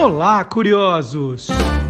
Olá, curiosos!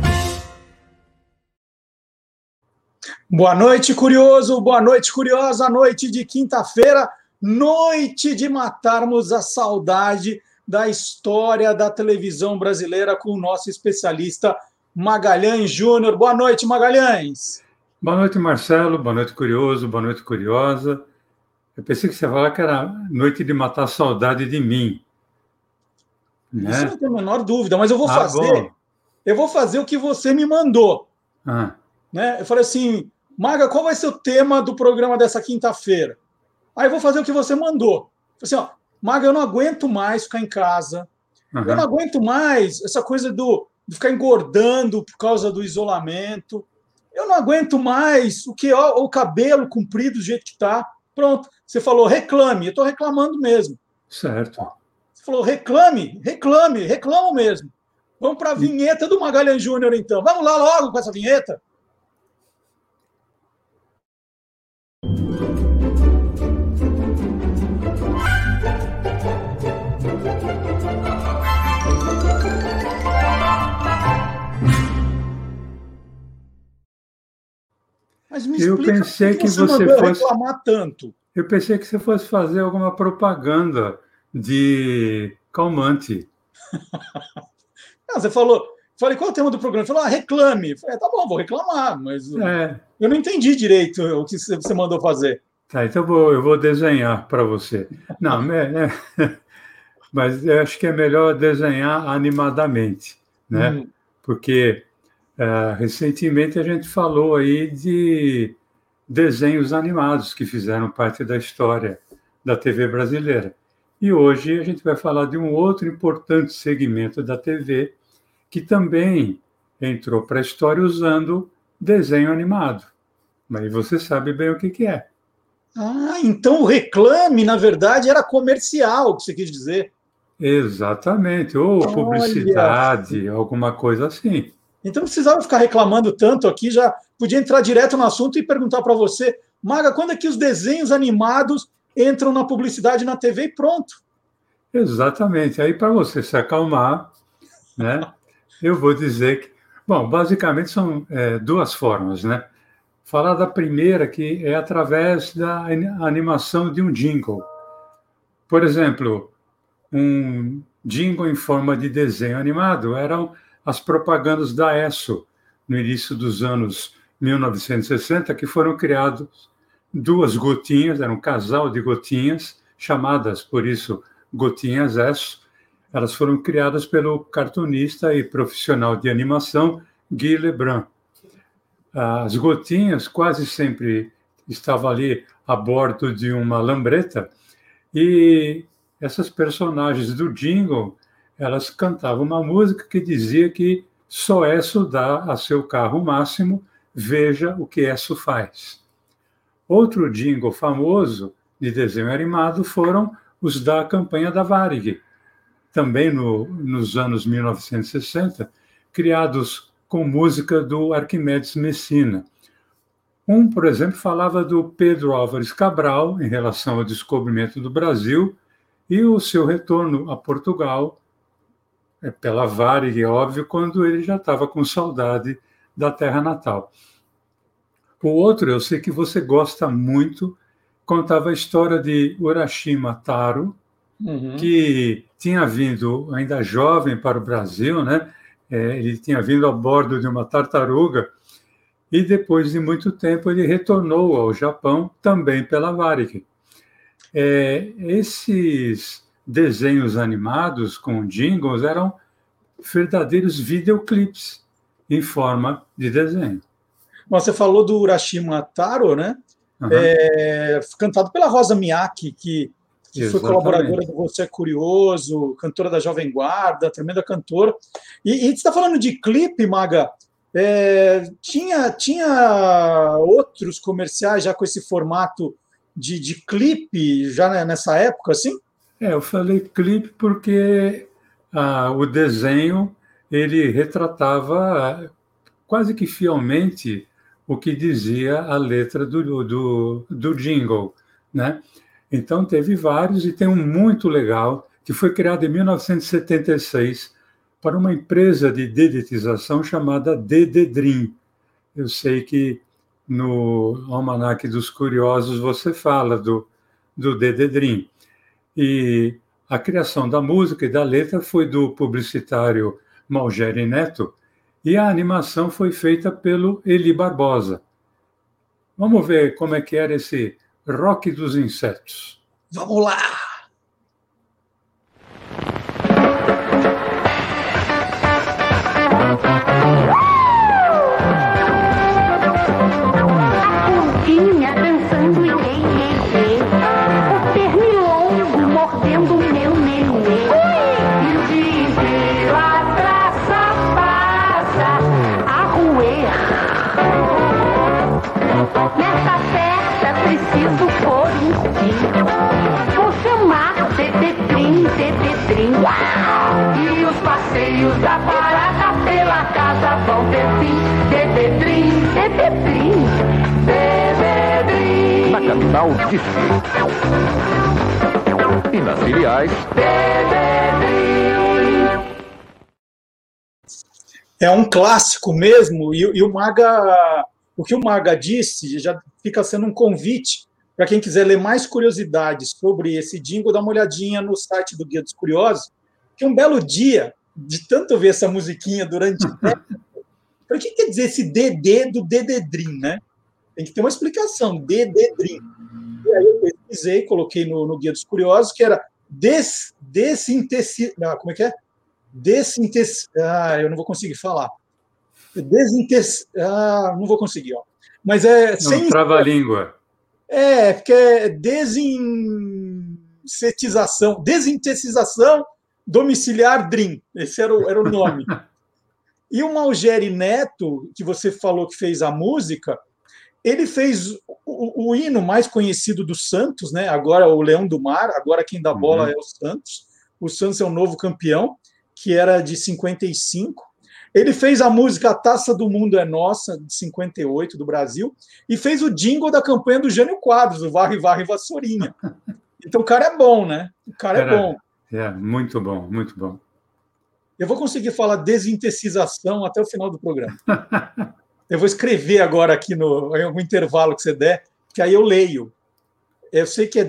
Boa noite, curioso! Boa noite, curiosa! Noite de quinta-feira, noite de matarmos a saudade da história da televisão brasileira com o nosso especialista Magalhães Júnior. Boa noite, Magalhães! Boa noite, Marcelo. Boa noite, curioso. Boa noite, curiosa. Eu pensei que você ia falar que era noite de matar a saudade de mim. Né? Isso não tem a menor dúvida, mas eu vou fazer o que você me mandou. Né? Eu falei assim, Maga, qual vai ser o tema do programa dessa quinta-feira? Aí eu vou fazer o que você mandou. Eu falei assim, ó, Maga, eu não aguento mais ficar em casa. Eu não aguento mais essa coisa de ficar engordando por causa do isolamento. Eu não aguento mais o cabelo comprido do jeito que está. Pronto, você falou reclame. Eu estou reclamando mesmo. Certo. Você falou reclamo mesmo. Vamos para a vinheta do Magalhães Júnior, então. Vamos lá logo com essa vinheta. Mas me explica, eu pensei que você fosse reclamar tanto. Eu pensei que você fosse fazer alguma propaganda de calmante. Não, você falou, falei, qual é o tema do programa? Você falou, reclame. Eu falei, tá bom, vou reclamar, mas eu não entendi direito o que você mandou fazer. Tá, então eu vou desenhar para você. Não, mas eu acho que é melhor desenhar animadamente, né? Porque recentemente a gente falou aí de desenhos animados que fizeram parte da história da TV brasileira. E hoje a gente vai falar de um outro importante segmento da TV que também entrou para a história usando desenho animado. Mas você sabe bem o que é. Ah, então o reclame, na verdade, era comercial, o que você quis dizer. Exatamente, ou publicidade, alguma coisa assim. Então não precisava ficar reclamando tanto aqui, já podia entrar direto no assunto e perguntar para você, Maga, quando é que os desenhos animados entram na publicidade na TV e pronto? Exatamente. Aí, para você se acalmar, né, eu vou dizer que... Bom, basicamente são duas formas, né? Falar da primeira, que é através da animação de um jingle. Por exemplo, um jingle em forma de desenho animado eram as propagandas da Esso, no início dos anos 1960, que foram criadas duas gotinhas, era um casal de gotinhas, chamadas, por isso, Gotinhas Esso. Elas foram criadas pelo cartunista e profissional de animação Guy Lebrun. As gotinhas quase sempre estavam ali a bordo de uma lambreta e essas personagens do jingle, elas cantavam uma música que dizia que só Esso dá a seu carro o máximo, veja o que Esso faz. Outro jingle famoso de desenho animado foram os da campanha da Varig, também nos anos 1960, criados com música do Arquimedes Messina. Um, por exemplo, falava do Pedro Álvares Cabral em relação ao descobrimento do Brasil e o seu retorno a Portugal, pela Varig, é óbvio, quando ele já estava com saudade da terra natal. O outro, eu sei que você gosta muito, contava a história de Urashima Taro, que tinha vindo ainda jovem para o Brasil, né? Ele tinha vindo a bordo de uma tartaruga e depois de muito tempo ele retornou ao Japão também pela Varig. Esses desenhos animados com jingles eram verdadeiros videoclipes em forma de desenho. Você falou do Urashima Taro, né? Cantado pela Rosa Miyake, que foi colaboradora do Você é Curioso, cantora da Jovem Guarda, tremenda cantora. E você está falando de clipe, Maga? Tinha outros comerciais já com esse formato de clipe, já nessa época, assim? Eu falei clipe porque o desenho ele retratava quase que fielmente o que dizia a letra do jingle, né? Então, teve vários, e tem um muito legal, que foi criado em 1976 para uma empresa de dedetização chamada Dededrim. Eu sei que no Almanaque dos Curiosos você fala do Dededrim. E a criação da música e da letra foi do publicitário Malgeri Neto, e a animação foi feita pelo Eli Barbosa. Vamos ver como é que era esse Rock dos Insetos. Vamos lá! Vinha dançando e ei, ei, ei. O pernilongo mordendo meu nenê. E o dia inteiro a traça passa a roer. Nessa festa preciso pôr um fim. Vou chamar Dededrim, Dededrim. E os passeios da parada pela casa vão ter fim. Dededrim, Dededrim, Dededrim. Na capital, disse. E nas filiais, Dededrim. É um clássico mesmo, e o Maga, o que o Maga disse já fica sendo um convite para quem quiser ler mais curiosidades sobre esse jingle, dar uma olhadinha no site do Guia dos Curiosos, que um belo dia, de tanto ver essa musiquinha durante décadas, o que quer dizer esse DD do Dededrim, né? Tem que ter uma explicação, Dededrim. E aí eu pesquisei, coloquei no Guia dos Curiosos, que era como é que é? Eu não vou conseguir falar. Não vou conseguir, ó. Mas é sem trava-língua. Porque é desintetização domiciliar DRIM. Esse era o nome. E o Malgeri Neto, que você falou que fez a música, ele fez o hino mais conhecido do Santos, né? Agora o Leão do Mar, agora quem dá bola é o Santos. O Santos é o novo campeão, que era de 55. Ele fez a música A Taça do Mundo é Nossa, de 58, do Brasil, e fez o jingle da campanha do Jânio Quadros, o Varre, Varre, Vassourinha. Então o cara é bom, né? O cara é bom. Muito bom, muito bom. Eu vou conseguir falar desintetização até o final do programa. Eu vou escrever agora aqui em algum intervalo que você der, que aí eu leio. Eu sei que é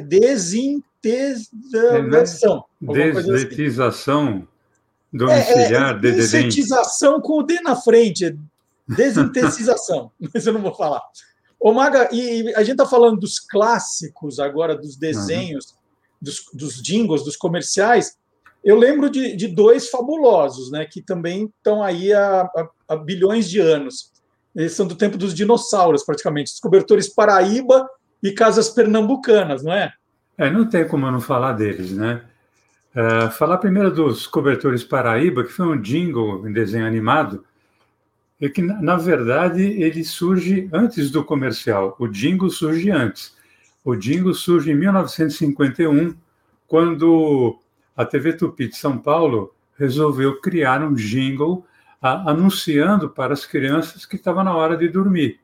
desintetização. Desintetização domiciliar, desintetização com o D na frente. Desintetização, mas eu não vou falar. Ô, Maga, e a gente está falando dos clássicos agora, dos desenhos, dos jingles, dos comerciais. Eu lembro de dois fabulosos, né, que também estão aí há bilhões de anos. Eles são do tempo dos dinossauros, praticamente. Os Cobertores Paraíba e Casas Pernambucanas, não é? Não tem como eu não falar deles, né? Falar primeiro dos Cobertores Paraíba, que foi um jingle em desenho animado, e que, na verdade, ele surge antes do comercial. O jingle surge antes. O jingle surge em 1951, quando a TV Tupi de São Paulo resolveu criar um jingle anunciando para as crianças que estava na hora de dormir.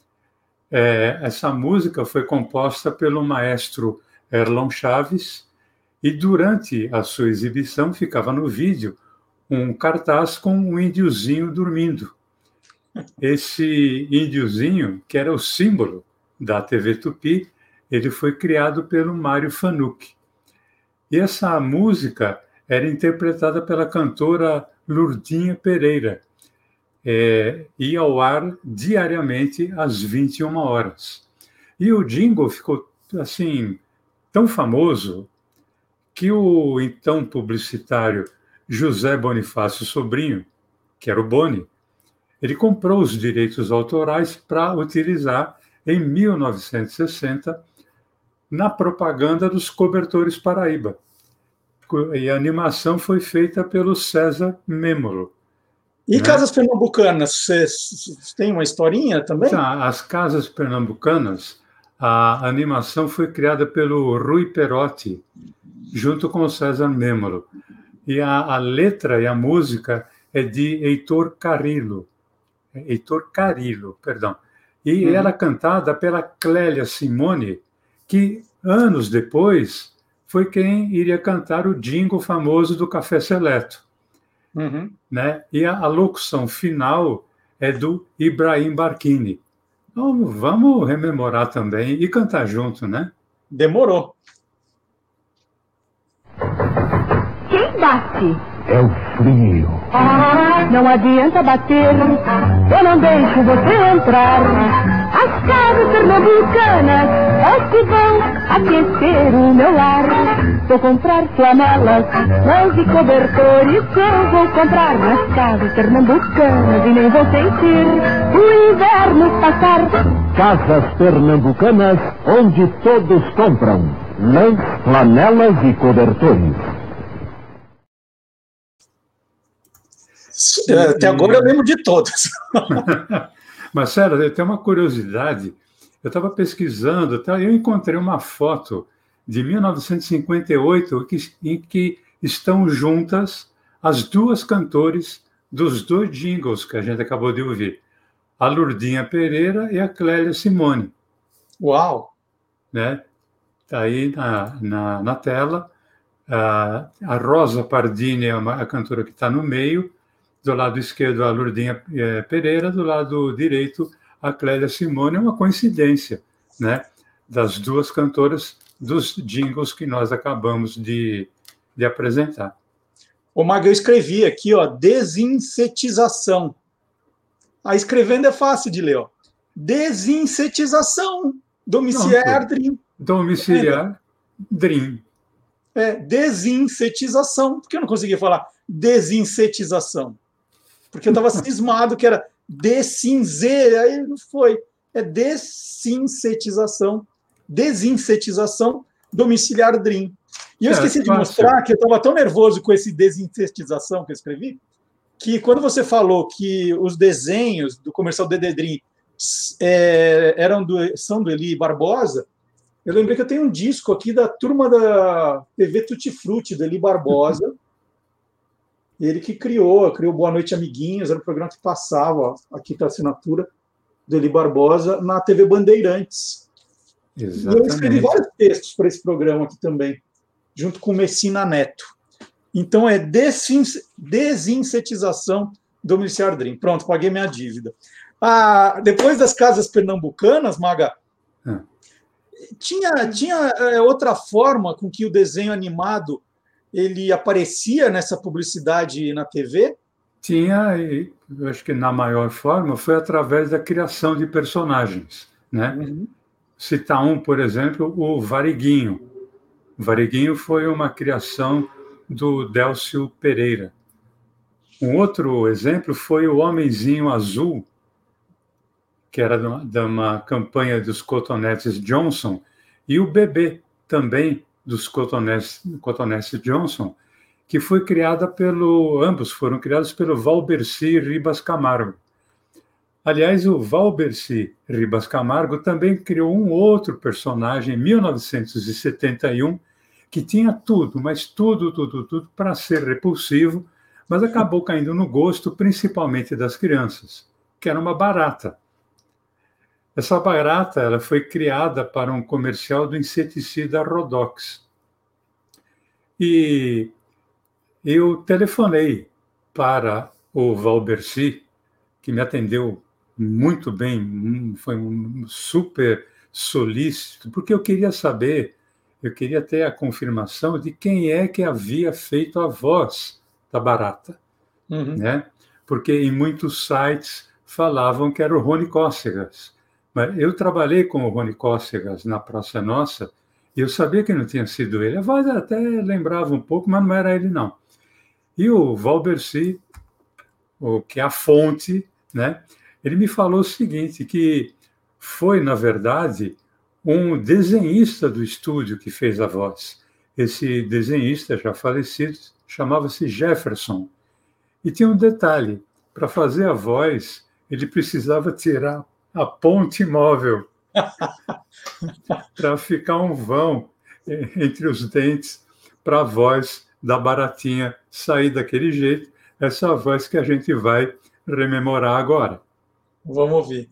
Essa música foi composta pelo maestro Erlon Chaves, e durante a sua exibição ficava no vídeo um cartaz com um índiozinho dormindo. Esse índiozinho, que era o símbolo da TV Tupi, ele foi criado pelo Mário Fanucchi. E essa música era interpretada pela cantora Lurdinha Pereira. Ia ao ar diariamente às 21 horas. E o jingle ficou assim tão famoso que o então publicitário José Bonifácio Sobrinho, que era o Boni, ele comprou os direitos autorais para utilizar em 1960 na propaganda dos Cobertores Paraíba. E a animação foi feita pelo César Mêmolo. E Casas Pernambucanas, vocês têm uma historinha também? As Casas Pernambucanas, a animação foi criada pelo Rui Perotti, junto com o César Mêmolo. E a letra e a música é de Heitor Carillo, perdão. E ela é cantada pela Clélia Simone, que anos depois foi quem iria cantar o jingle famoso do Café Seleto. né? E a locução final é do Ibrahim Barquini. Então, vamos rememorar também e cantar junto, né? Demorou. Quem bate? É o frio. Não adianta bater, eu não deixo você entrar. As casas pernambucanas é que vão aquecer o meu lar. Vou comprar flanelas, lãs e cobertores. Eu vou comprar nas casas pernambucanas e nem vou sentir o inverno passar. Casas Pernambucanas, onde todos compram lãs, flanelas e cobertores. Até agora eu lembro de todas. Marcelo, eu tenho uma curiosidade. Eu estava pesquisando, e eu encontrei uma foto de 1958 em que estão juntas as duas cantores dos dois jingles que a gente acabou de ouvir. A Lurdinha Pereira e a Clélia Simone. Uau! Né? Está aí na tela. A Rosa Pardini é a cantora que está no meio. Do lado esquerdo, a Lurdinha Pereira, do lado direito, a Clélia Simone. É uma coincidência, né? Das duas cantoras dos jingles que nós acabamos de apresentar. Ô, Maga, eu escrevi aqui, ó, desinsetização. Escrevendo é fácil de ler, ó. Desinsetização. Domiciliar Dream. Domiciliar Dream. Desinsetização. Por que eu não conseguia falar desinsetização? Porque eu estava cismado que era desinzer, aí não foi. É desinsetização. Desinsetização domiciliar Dream. E eu esqueci de mostrar que eu estava tão nervoso com esse desinsetização que eu escrevi, que quando você falou que os desenhos do comercial DD Dream são do Eli Barbosa, eu lembrei que eu tenho um disco aqui da turma da TV Tutti Frutti, do Eli Barbosa. Ele que criou Boa Noite, Amiguinhos, era um programa que passava, aqui está a assinatura, do Eli Barbosa, na TV Bandeirantes. Exatamente. E eu escrevi vários textos para esse programa aqui também, junto com Messina Neto. Então, é desinsetização domiciliar Dream. Pronto, paguei minha dívida. Depois das casas pernambucanas, Maga, tinha outra forma com que o desenho animado ele aparecia nessa publicidade na TV? Tinha, e eu acho que na maior forma foi através da criação de personagens, né? Citar por exemplo, o Variguinho. O Variguinho foi uma criação do Délcio Pereira. Um outro exemplo foi o Homenzinho Azul, que era de uma campanha dos Cotonetes Johnson, e o Bebê, também dos Cotonetes Johnson, que foi criada ambos foram criados pelo Valbercy Ribas Camargo. Aliás, o Valbercy Ribas Camargo também criou um outro personagem em 1971, que tinha tudo, mas tudo para ser repulsivo, mas acabou caindo no gosto principalmente das crianças, que era uma barata. Essa barata ela foi criada para um comercial do inseticida Rodox. E eu telefonei para o Valbercy, que me atendeu muito bem, foi um super solícito, porque eu queria ter a confirmação de quem é que havia feito a voz da barata. Né? Porque em muitos sites falavam que era o Rony Cócegas. Mas eu trabalhei com o Rony Cócegas na Praça Nossa e eu sabia que não tinha sido ele. A voz até lembrava um pouco, mas não era ele, não. E o Valbercy, que é a fonte, né, ele me falou o seguinte, que foi, na verdade, um desenhista do estúdio que fez a voz. Esse desenhista, já falecido, chamava-se Jefferson. E tinha um detalhe, para fazer a voz, ele precisava tirar a ponte móvel para ficar um vão entre os dentes para a voz da baratinha sair daquele jeito, essa voz que a gente vai rememorar agora. Vamos ouvir.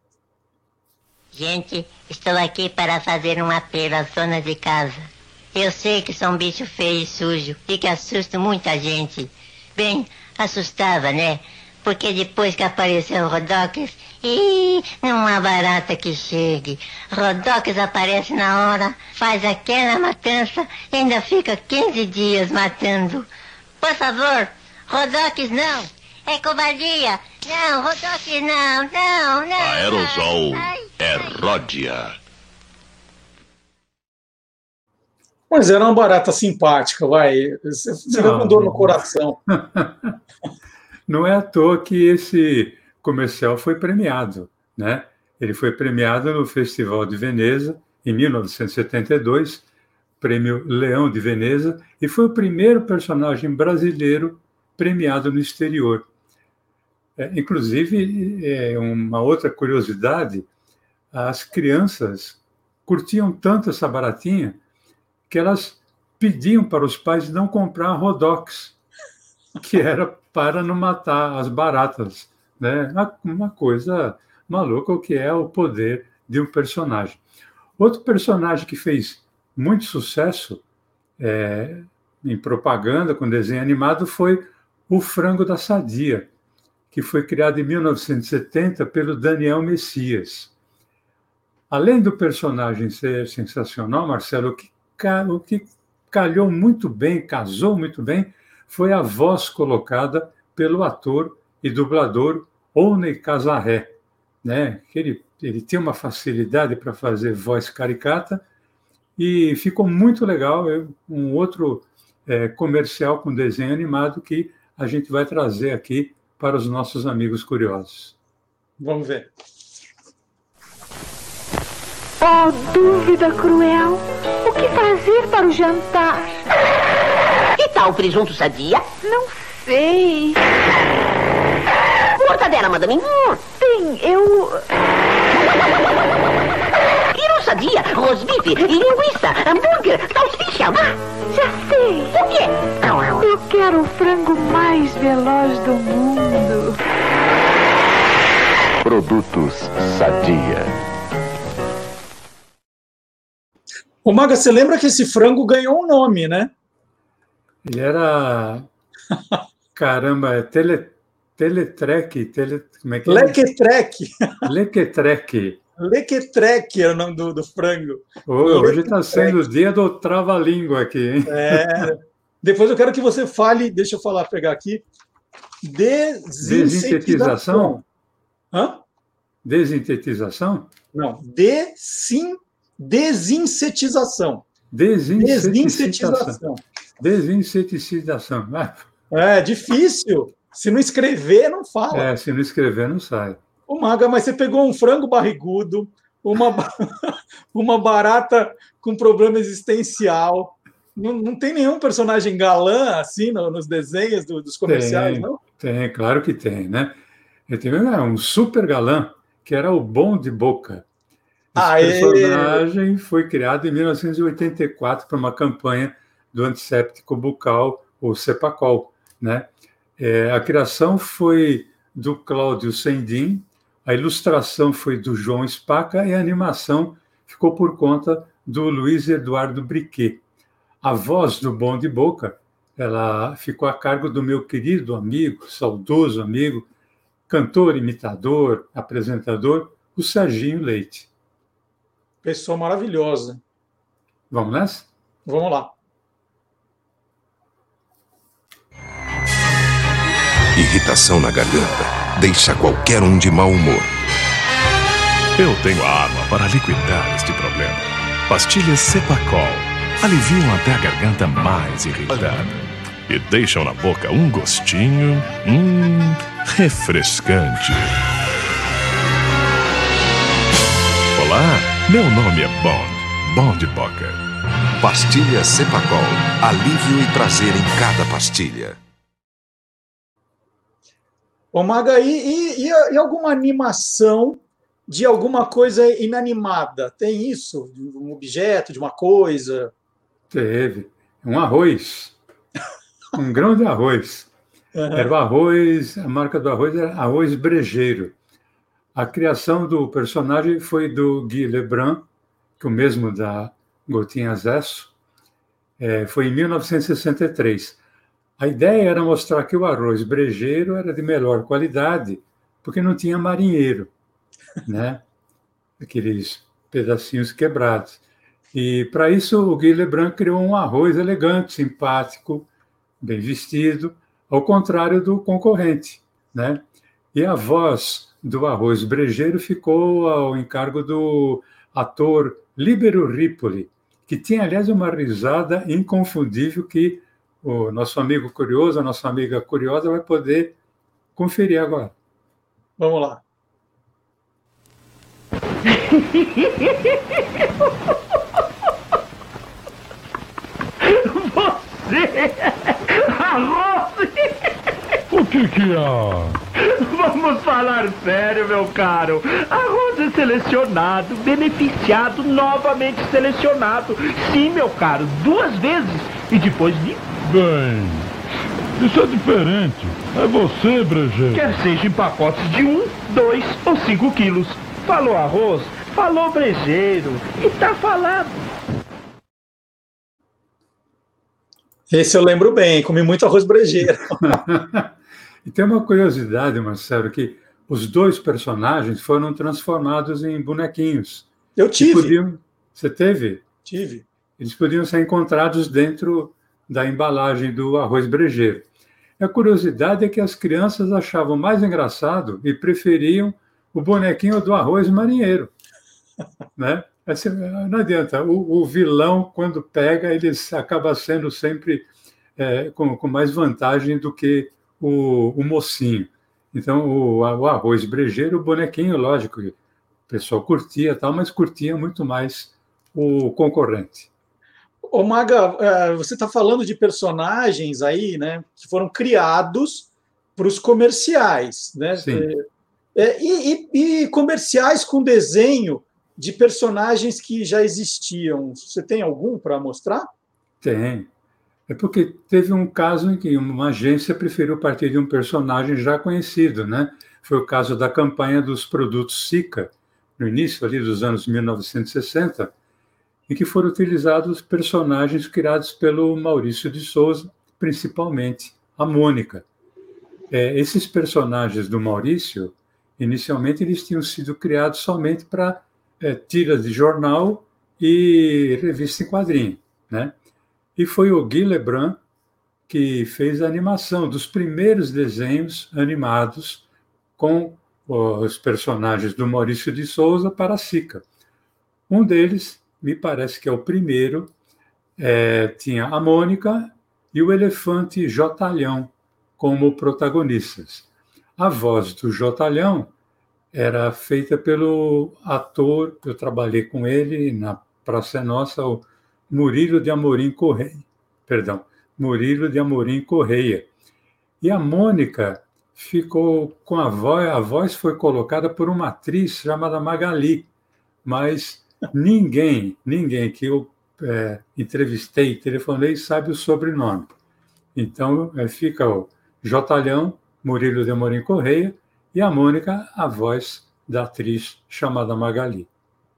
Gente, estou aqui para fazer um apelo às donas de casa. Eu sei que sou um bicho feio e sujo e que assusto muita gente. Bem, Assustava, né? Porque depois que apareceu o Rodox, não há barata que chegue. Rodox aparece na hora, faz aquela matança e ainda fica 15 dias matando. Por favor, Rodox não, é covardia. Não, Rodox não. Aerosol é Ródia. Mas era uma barata simpática, vai. Você vai com dor no coração. Não é à toa que esse comercial foi premiado, né? Ele foi premiado no Festival de Veneza, em 1972, Prêmio Leão de Veneza, e foi o primeiro personagem brasileiro premiado no exterior. Inclusive, uma outra curiosidade, as crianças curtiam tanto essa baratinha que elas pediam para os pais não comprar Rodox, que era para não matar as baratas, né? Uma coisa maluca, o que é o poder de um personagem. Outro personagem que fez muito sucesso em propaganda com desenho animado foi o Frango da Sadia, que foi criado em 1970 pelo Daniel Messias. Além do personagem ser sensacional, Marcelo, o que calhou muito bem, casou muito bem, foi a voz colocada pelo ator e dublador Owney Casarré, né? Ele tinha uma facilidade para fazer voz caricata e ficou muito legal. Um outro comercial com desenho animado que a gente vai trazer aqui para os nossos amigos curiosos. Vamos ver. Oh, dúvida cruel! O que fazer para o jantar? Que tal presunto Sadia? Não sei. Mortadela, madame? Sim, eu... Quero Sadia, rosbife, linguiça, hambúrguer, salsicha. Já sei. O quê? Eu quero o frango mais veloz do mundo. Produtos Sadia. Ô, Maga, você lembra que esse frango ganhou um nome, né? Ele era... Caramba, Teletrek. Como é que é? Lequetrek. Lequetrek. Lequetrek é o nome do frango. Hoje está sendo o dia do trava-língua aqui, hein? Depois eu quero que você fale, deixa eu pegar aqui. Desintetização? Hã? Desintetização? Não, desinsetização. Desinsetização. É difícil. Se não escrever, não fala. Se não escrever, não sai. Ô, Maga, mas você pegou um frango barrigudo, uma barata com problema existencial. Não tem nenhum personagem galã assim nos desenhos dos comerciais, não? Tem, claro que tem, né? Eu tive um super galã, que era o Bom de Boca. Esse personagem foi criado em 1984 para uma campanha do antisséptico bucal, o Cepacol, né? A criação foi do Cláudio Sendin, a ilustração foi do João Spaca e a animação ficou por conta do Luiz Eduardo Briquet. A voz do Bom de Boca, ela ficou a cargo do meu querido amigo, saudoso amigo, cantor, imitador, apresentador, o Serginho Leite. Pessoa maravilhosa. Vamos nessa? Vamos lá. Irritação na garganta deixa qualquer um de mau humor. Eu tenho a arma para liquidar este problema. Pastilhas Cepacol aliviam até a garganta mais irritada e deixam na boca um gostinho refrescante. Olá, meu nome é Bom de Boca. Pastilha Cepacol, alívio e prazer em cada pastilha. Ô, Maga, e alguma animação de alguma coisa inanimada? Tem isso? De um objeto, de uma coisa? Teve. Um arroz. Um grão de arroz. Uhum. Era o arroz, a marca do arroz era Arroz Brejeiro. A criação do personagem foi do Guy Lebrun, que é o mesmo da Gotinha Zesso. Foi em 1963. A ideia era mostrar que o arroz brejeiro era de melhor qualidade, porque não tinha marinheiro, né? Aqueles pedacinhos quebrados. E, para isso, o Guy Lebrun criou um arroz elegante, simpático, bem vestido, ao contrário do concorrente, né? E a voz do arroz brejeiro ficou ao encargo do ator Libero Ripoli, que tinha, aliás, uma risada inconfundível que o nosso amigo curioso, a nossa amiga curiosa vai poder conferir agora. Vamos lá. Você! Arroz! O que há? Vamos falar sério, meu caro. Arroz é selecionado, beneficiado, novamente selecionado. Sim, meu caro, 2 vezes. E depois de... Bem, isso é diferente. É você, brejeiro. Quer seja em pacotes de 1, 2 ou 5 quilos. Falou arroz, falou brejeiro. E tá falado. Esse eu lembro bem, comi muito arroz brejeiro. E tem uma curiosidade, Marcelo, que os 2 personagens foram transformados em bonequinhos. Eu tive. Você teve? Tive. Eles podiam ser encontrados dentro da embalagem do arroz brejeiro. A curiosidade é que as crianças achavam mais engraçado e preferiam o bonequinho do arroz marinheiro, né? Assim, não adianta, o vilão, quando pega, ele acaba sendo sempre com mais vantagem do que o mocinho. Então, o arroz brejeiro, o bonequinho, lógico, o pessoal curtia, tal, mas curtia muito mais o concorrente. Ô, Maga, você está falando de personagens aí, né, que foram criados para os comerciais, né? Sim. E comerciais com desenho de personagens que já existiam. Você tem algum para mostrar? Tem. É porque teve um caso em que uma agência preferiu partir de um personagem já conhecido, né? Foi o caso da campanha dos produtos Sica, no início ali dos anos 1960, em que foram utilizados personagens criados pelo Maurício de Souza, principalmente a Mônica. Esses personagens do Maurício, inicialmente, eles tinham sido criados somente para tiras de jornal e revista em quadrinho, né? E foi o Guy Lebrun que fez a animação dos primeiros desenhos animados com os personagens do Maurício de Souza para a Sica. Um deles, me parece que é o primeiro, tinha a Mônica e o elefante Jotalhão como protagonistas. A voz do Jotalhão era feita pelo ator, eu trabalhei com ele na Praça Nossa, o Murilo de Amorim Correia. Murilo de Amorim Correia. E a Mônica ficou com a voz foi colocada por uma atriz chamada Magali, mas ninguém que eu entrevistei, telefonei, sabe o sobrenome. Então, fica o Jotalhão, Murilo de Amorim Correia, e a Mônica, a voz da atriz chamada Magali.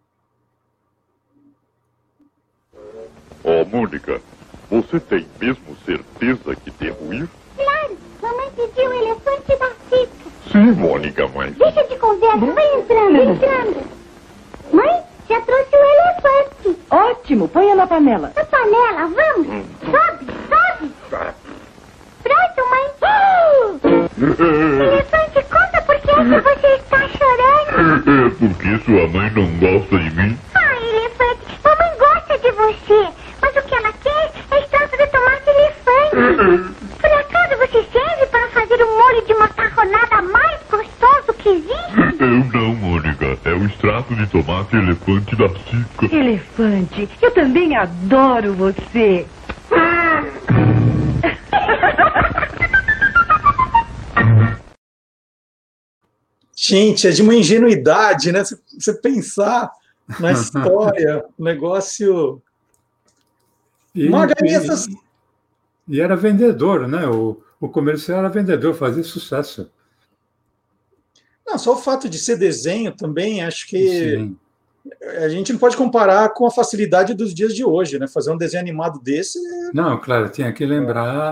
Mônica, você tem mesmo certeza que devo ir? Claro, mamãe pediu o elefante da Sica. Sim, Mônica, mas... Deixa de conversa, vai entrando. Mãe, já trouxe o elefante. Ótimo, ponha na panela. Na panela, vamos. Sobe. Pronto, mãe. Elefante, conta por que você está chorando. É porque sua mãe não gosta de mim. Elefante, mamãe gosta de você. Mas o que ela quer é extrato de tomate elefante. Por acaso você serve para fazer o molho de macarronada mais gostoso que existe? Eu não, Mônica. É o extrato de tomate elefante da Sica. Elefante, eu também adoro você. Gente, é de uma ingenuidade, né? Você pensar na história, o negócio... E era vendedor, né? O comercial era vendedor, fazia sucesso. Não, só o fato de ser desenho também, acho que Sim. A gente não pode comparar com a facilidade dos dias de hoje, né? Fazer um desenho animado desse... Não, claro, tinha que lembrar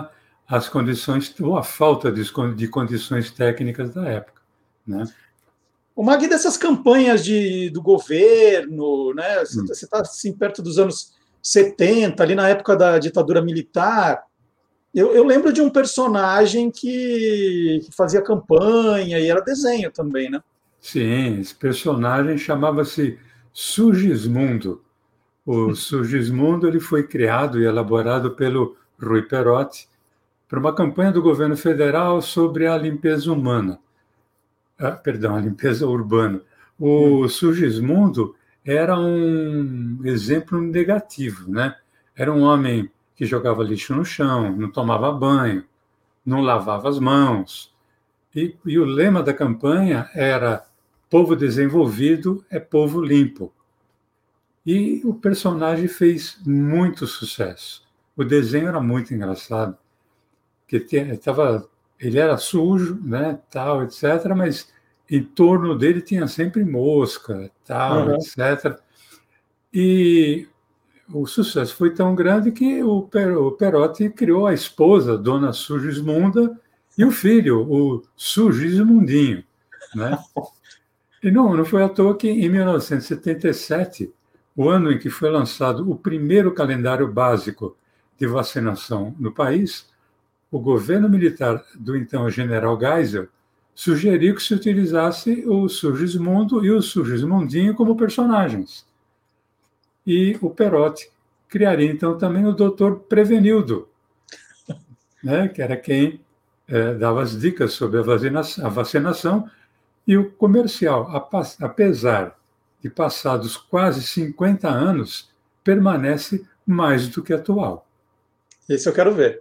as condições, ou a falta de condições técnicas da época, né? O Magui, dessas campanhas do governo, né? Você está assim, perto dos anos 70, ali na época da ditadura militar. Eu lembro de um personagem que fazia campanha e era desenho também, né? Sim, esse personagem chamava-se Sugismundo. O Sugismundo ele foi criado e elaborado pelo Rui Perotti para uma campanha do governo federal sobre a limpeza humana. A limpeza urbana. O Sugismundo era um exemplo negativo, né? Era um homem que jogava lixo no chão, não tomava banho, não lavava as mãos. E o lema da campanha era: povo desenvolvido é povo limpo. E o personagem fez muito sucesso. O desenho era muito engraçado, porque ele era sujo, né, tal, etc., mas em torno dele tinha sempre mosca, tal, etc. E o sucesso foi tão grande que o Perotti criou a esposa, Dona Sugismunda, e o filho, o Sugismundinho, né? E não foi à toa que, em 1977, o ano em que foi lançado o primeiro calendário básico de vacinação no país, o governo militar do então general Geisel sugeriu que se utilizasse o Sugismundo e o Sugismundinho como personagens. E o Perotti criaria, então, também o Dr. Prevenildo, né, que era quem dava as dicas sobre a vacinação. E o comercial, apesar de passados quase 50 anos, permanece mais do que atual. Esse eu quero ver.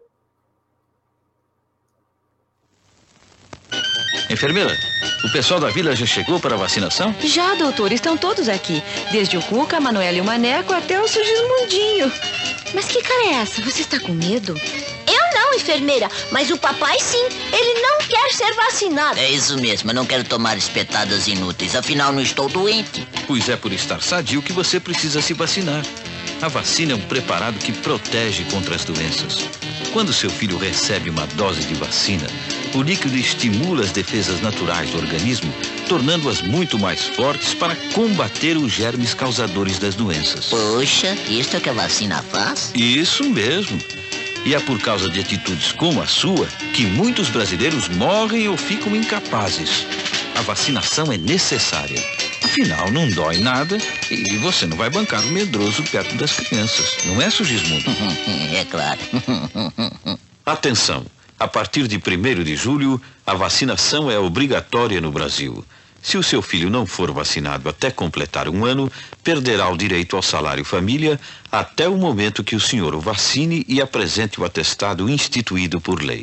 Enfermeira, o pessoal da vila já chegou para a vacinação? Já, doutor, estão todos aqui. Desde o Cuca, a Manuela e o Maneco até o Sugismundinho. Mas que cara é essa? Você está com medo? Eu não, enfermeira, mas o papai sim. Ele não quer ser vacinado. É isso mesmo, eu não quero tomar espetadas inúteis, afinal não estou doente. Pois é por estar sadio que você precisa se vacinar. A vacina é um preparado que protege contra as doenças. Quando seu filho recebe uma dose de vacina, o líquido estimula as defesas naturais do organismo, tornando-as muito mais fortes para combater os germes causadores das doenças. Poxa, isso é o que a vacina faz? Isso mesmo. E é por causa de atitudes como a sua que muitos brasileiros morrem ou ficam incapazes. A vacinação é necessária. Afinal, não dói nada e você não vai bancar o medroso perto das crianças. Não é, Sugismundo? É claro. Atenção! A partir de 1º de julho, a vacinação é obrigatória no Brasil. Se o seu filho não for vacinado até completar 1 ano, perderá o direito ao salário família até o momento que o senhor o vacine e apresente o atestado instituído por lei.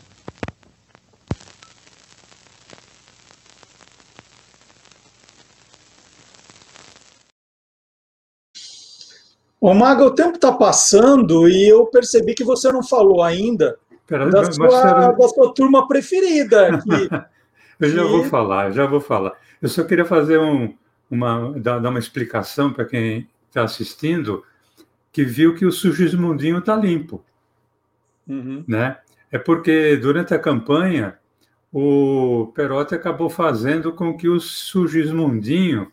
Ô, Maga, o tempo está passando e eu percebi que você não falou ainda da sua turma preferida aqui. Eu já vou falar. Eu só queria fazer dar uma explicação para quem está assistindo, que viu que o Sugismundinho está limpo. Né? É porque, durante a campanha, o Perotti acabou fazendo com que o Sugismundinho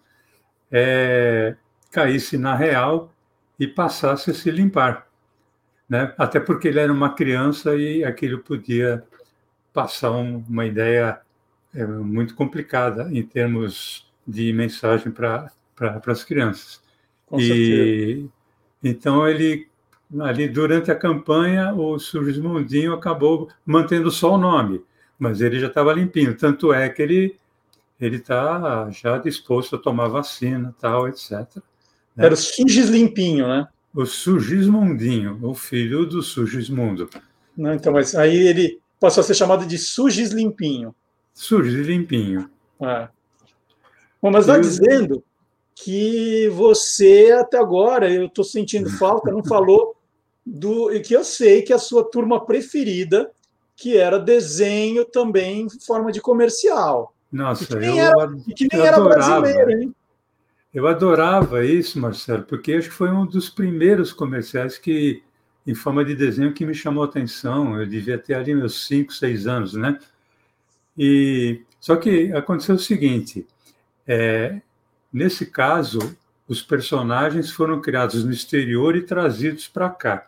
caísse na real e passasse a se limpar, né? Até porque ele era uma criança e aquilo podia passar uma ideia muito complicada em termos de mensagem para as crianças. Com certeza. Então, ele, ali durante a campanha, o Sugismundinho acabou mantendo só o nome, mas ele já estava limpinho, tanto é que ele está já disposto a tomar vacina, tal, etc. Né? Era o Sugis Limpinho, né? O Sugismundinho, o filho do Sugismundo. Não, então, mas aí ele passou a ser chamado de Sugis Limpinho. Sugis Limpinho. Bom, mas está dizendo que você, até agora, eu estou sentindo falta, não falou e que eu sei que a sua turma preferida, que era desenho também em forma de comercial. Nossa, que nem era brasileiro, hein? Eu adorava isso, Marcelo, porque acho que foi um dos primeiros comerciais que em forma de desenho que me chamou a atenção. Eu devia ter ali meus 5, 6 anos, né? Só que aconteceu o seguinte, nesse caso, os personagens foram criados no exterior e trazidos para cá.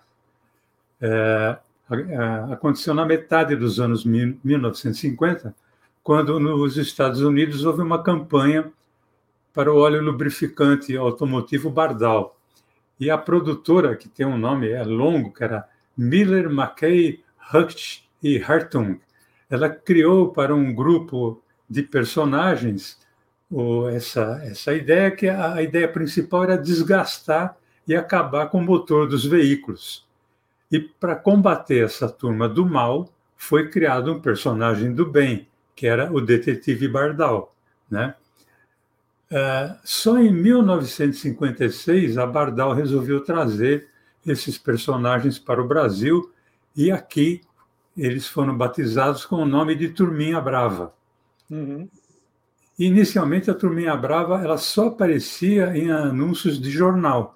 Aconteceu na metade dos anos 1950, quando nos Estados Unidos houve uma campanha para o óleo lubrificante automotivo Bardal. E a produtora, que tem um nome longo, que era Miller, McKay, Hutch e Hartung, ela criou para um grupo de personagens essa ideia, que a ideia principal era desgastar e acabar com o motor dos veículos. E para combater essa turma do mal, foi criado um personagem do bem, que era o detetive Bardal, né? Só em 1956 a Bardal resolveu trazer esses personagens para o Brasil e aqui eles foram batizados com o nome de Turminha Brava. Uhum. Inicialmente a Turminha Brava ela só aparecia em anúncios de jornal,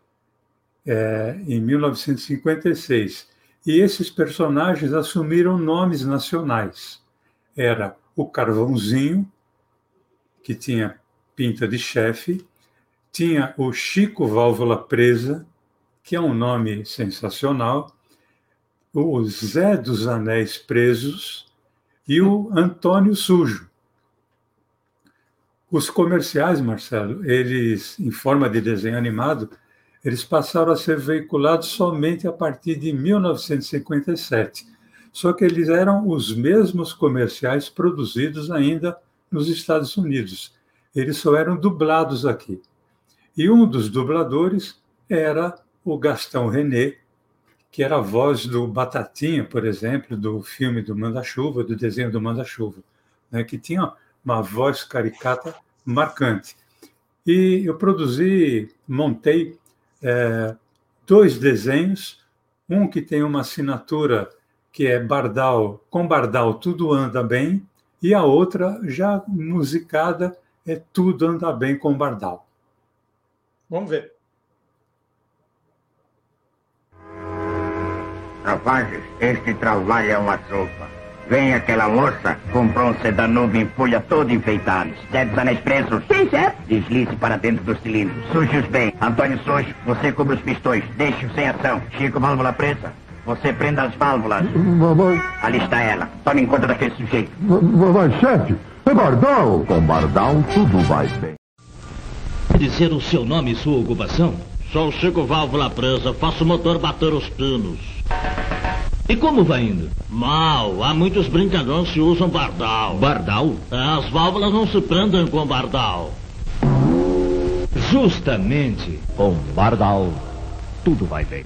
em 1956. E esses personagens assumiram nomes nacionais. Era o Carvãozinho, que tinha pinta de chefe, tinha o Chico Válvula Presa, que é um nome sensacional, o Zé dos Anéis Presos e o Antônio Sujo. Os comerciais, Marcelo, eles, em forma de desenho animado, eles passaram a ser veiculados somente a partir de 1957. Só que eles eram os mesmos comerciais produzidos ainda nos Estados Unidos. Eles só eram dublados aqui. E um dos dubladores era o Gastão René, que era a voz do Batatinha, por exemplo, do filme do Manda-Chuva, do desenho do Manda-Chuva, né, que tinha uma voz caricata marcante. E eu montei 2 desenhos, um que tem uma assinatura que é Bardal, com Bardal tudo anda bem, e a outra, já musicada, é Tudo Anda Bem com Bardal. Vamos ver. Rapazes, este trabalho é uma sopa. Vem aquela moça, comprou um sedã novo em folha todo enfeitado. Dedos anéis presos. Sim, chefe. Deslize para dentro dos cilindros. Suje-os bem. Antônio Sujo, você cubra os pistões. Deixe-os sem ação. Chico, válvula presa. Você prenda as válvulas. Ali está ela. Tome em conta daquele sujeito. Mas, chefe, é Bardal. Com Bardal, tudo vai bem. Dizer o seu nome e sua ocupação? Sou Chico Válvula Presa. Faço o motor bater os pinos. E como vai indo? Mal. Há muitos brincalhões que usam Bardal. Bardal? As válvulas não se prendem com Bardal. Justamente. Com Bardal, tudo vai bem.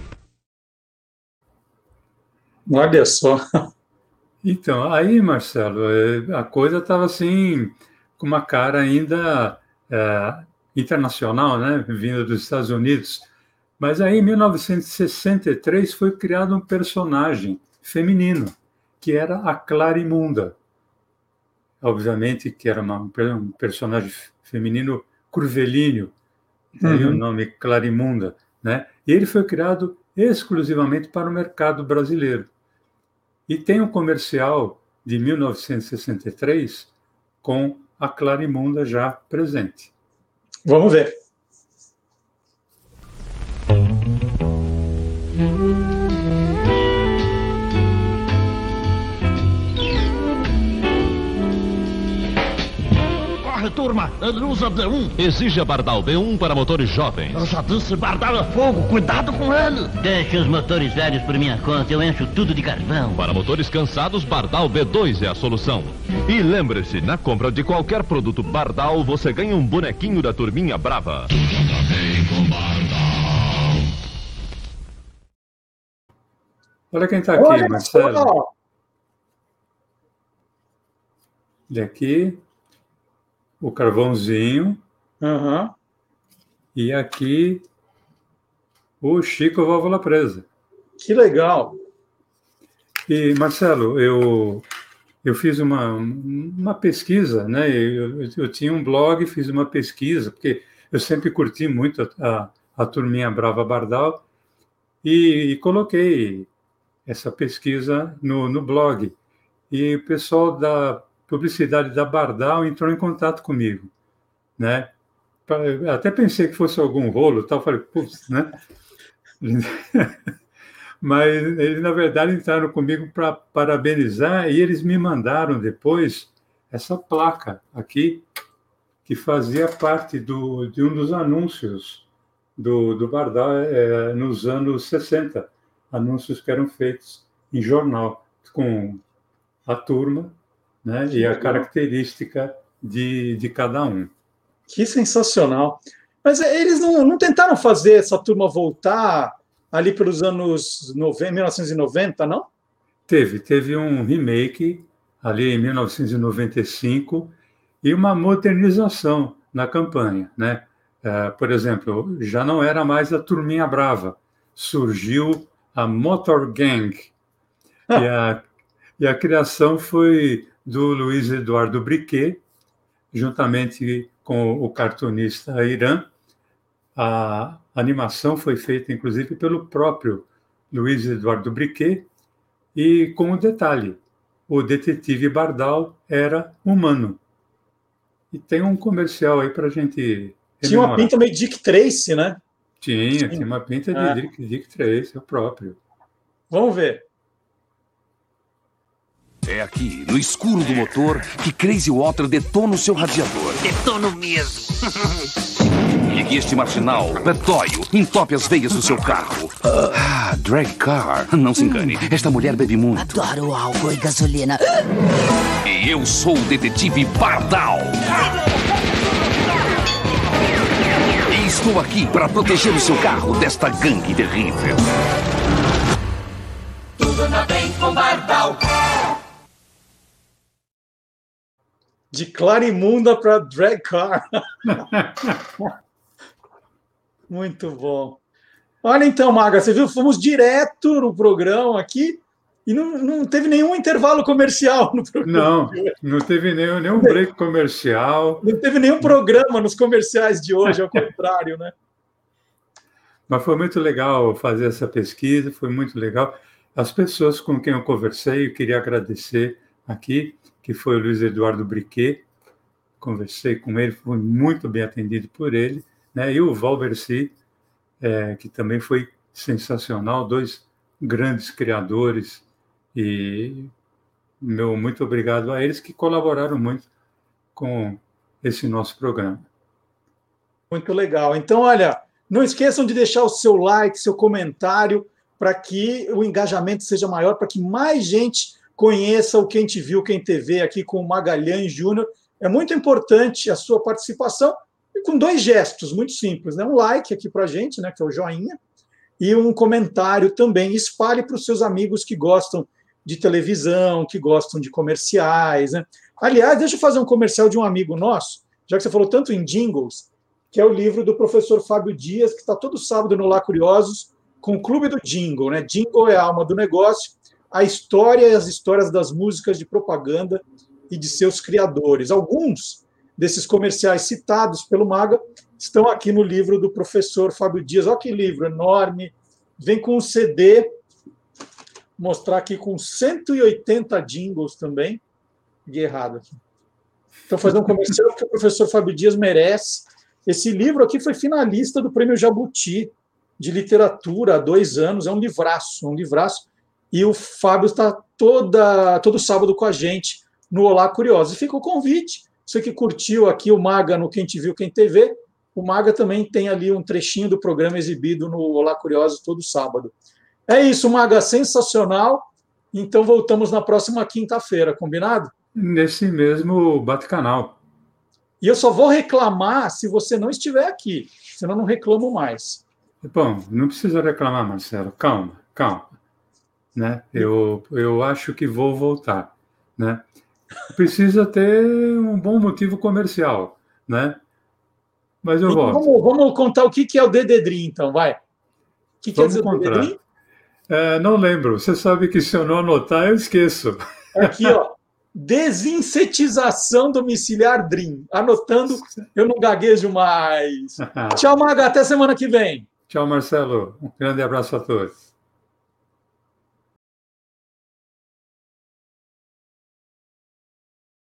Olha só. Então, aí, Marcelo, a coisa estava assim, com uma cara ainda internacional, né? Vinda dos Estados Unidos. Mas aí, em 1963, foi criado um personagem feminino, que era a Clarimunda. Obviamente que era um personagem feminino curvilíneo, daí o nome Clarimunda, né? E ele foi criado exclusivamente para o mercado brasileiro. E tem um comercial de 1963 com a Clarimunda já presente. Vamos ver. Corre, turma! Ele usa B1. Exija Bardal B1 para motores jovens. Eu já disse, Bardal é fogo. Cuidado com ele. Deixe os motores velhos por minha conta. Eu encho tudo de carvão. Para motores cansados, Bardal B2 é a solução. E lembre-se, na compra de qualquer produto Bardal, você ganha um bonequinho da Turminha Brava. Olha quem está aqui, Marcelo. Olha aqui. O Carvãozinho. E aqui o Chico Válvula Presa. Que legal. E, Marcelo, eu fiz uma pesquisa, né? Eu tinha um blog, fiz uma pesquisa, porque eu sempre curti muito a Turminha Brava Bardal, e coloquei essa pesquisa no blog. E o pessoal da publicidade da Bardal entrou em contato comigo, né? Até pensei que fosse algum rolo, tal, falei, putz, né? Mas eles, na verdade, entraram comigo para parabenizar e eles me mandaram depois essa placa aqui, que fazia parte de um dos anúncios do Bardal nos anos 60, anúncios que eram feitos em jornal, com a turma, né, e a característica de cada um. Que sensacional. Mas eles não tentaram fazer essa turma voltar ali pelos anos 1990, não? Teve um remake ali em 1995 e uma modernização na campanha, né? Por exemplo, já não era mais a Turminha Brava, surgiu a Motor Gang, e a criação foi do Luiz Eduardo Briquet, juntamente com o cartunista Irã. A animação foi feita, inclusive, pelo próprio Luiz Eduardo Briquet, e com um detalhe, o detetive Bardal era humano. E tem um comercial aí para a gente rememorar. Tinha uma pinta meio Dick Tracy, né? Tinha uma pinta de Dick Tracy, o próprio. Vamos ver. É aqui, no escuro do motor, que Crazy Water detona o seu radiador. Detono mesmo. E que este marginal, petóio, entope as veias do seu carro. Drag car. Não se engane, esta mulher bebe muito. Adoro álcool e gasolina. E eu sou o detetive Bardal. E estou aqui para proteger o seu carro desta gangue terrível. Tudo anda bem com Bardal. De Clarimunda para Drag Car. Muito bom. Olha então, Maga, você viu? Fomos direto no programa aqui e não teve nenhum intervalo comercial no programa. Não teve nenhum break comercial. Não teve nenhum programa nos comerciais de hoje, ao contrário, né? Mas foi muito legal fazer essa pesquisa, foi muito legal. As pessoas com quem eu conversei, eu queria agradecer aqui, que foi o Luiz Eduardo Briquet, conversei com ele, fui muito bem atendido por ele, né? E o Valbercy, que também foi sensacional, dois grandes criadores, e muito obrigado a eles que colaboraram muito com esse nosso programa. Muito legal. Então, olha, não esqueçam de deixar o seu like, seu comentário, para que o engajamento seja maior, para que mais gente conheça o Quem Te Viu, Quem TV aqui com o Magalhães Júnior. É muito importante a sua participação, e com dois gestos muito simples, né? Um like aqui para a gente, né, que é o joinha, e um comentário também. Espalhe para os seus amigos que gostam de televisão, que gostam de comerciais, né? Aliás, deixa eu fazer um comercial de um amigo nosso, já que você falou tanto em jingles, que é o livro do professor Fábio Dias, que está todo sábado no Lá Curiosos, com o Clube do Jingle, né? Jingle é a alma do negócio, a história e as histórias das músicas de propaganda e de seus criadores. Alguns desses comerciais citados pelo Maga estão aqui no livro do professor Fábio Dias. Olha que livro enorme, vem com um CD, vou mostrar aqui com 180 jingles também, de errado aqui. Então, fazer um comercial que o professor Fábio Dias merece. Esse livro aqui foi finalista do Prêmio Jabuti de Literatura há 2 anos, é um livraço, e o Fábio está todo sábado com a gente no Olá Curiosos. E fica o convite, você que curtiu aqui o Maga no Quem Te Viu, Quem TV, o Maga também tem ali um trechinho do programa exibido no Olá Curiosos todo sábado. É isso, Maga, sensacional. Então voltamos na próxima quinta-feira, combinado? Nesse mesmo bate-canal. E eu só vou reclamar se você não estiver aqui, senão não reclamo mais. Bom, não precisa reclamar, Marcelo. Calma. Né? Eu acho que vou voltar, né? Precisa ter um bom motivo comercial, né? Mas eu volto. Vamos contar o que é o Dededrim, então, vai. O que quer dizer o Dededrim? Não lembro. Você sabe que se eu não anotar, eu esqueço. Aqui, ó. Desinsetização domiciliar Dream. Anotando, eu não gaguejo mais. Tchau, Maga. Até semana que vem. Tchau, Marcelo. Um grande abraço a todos.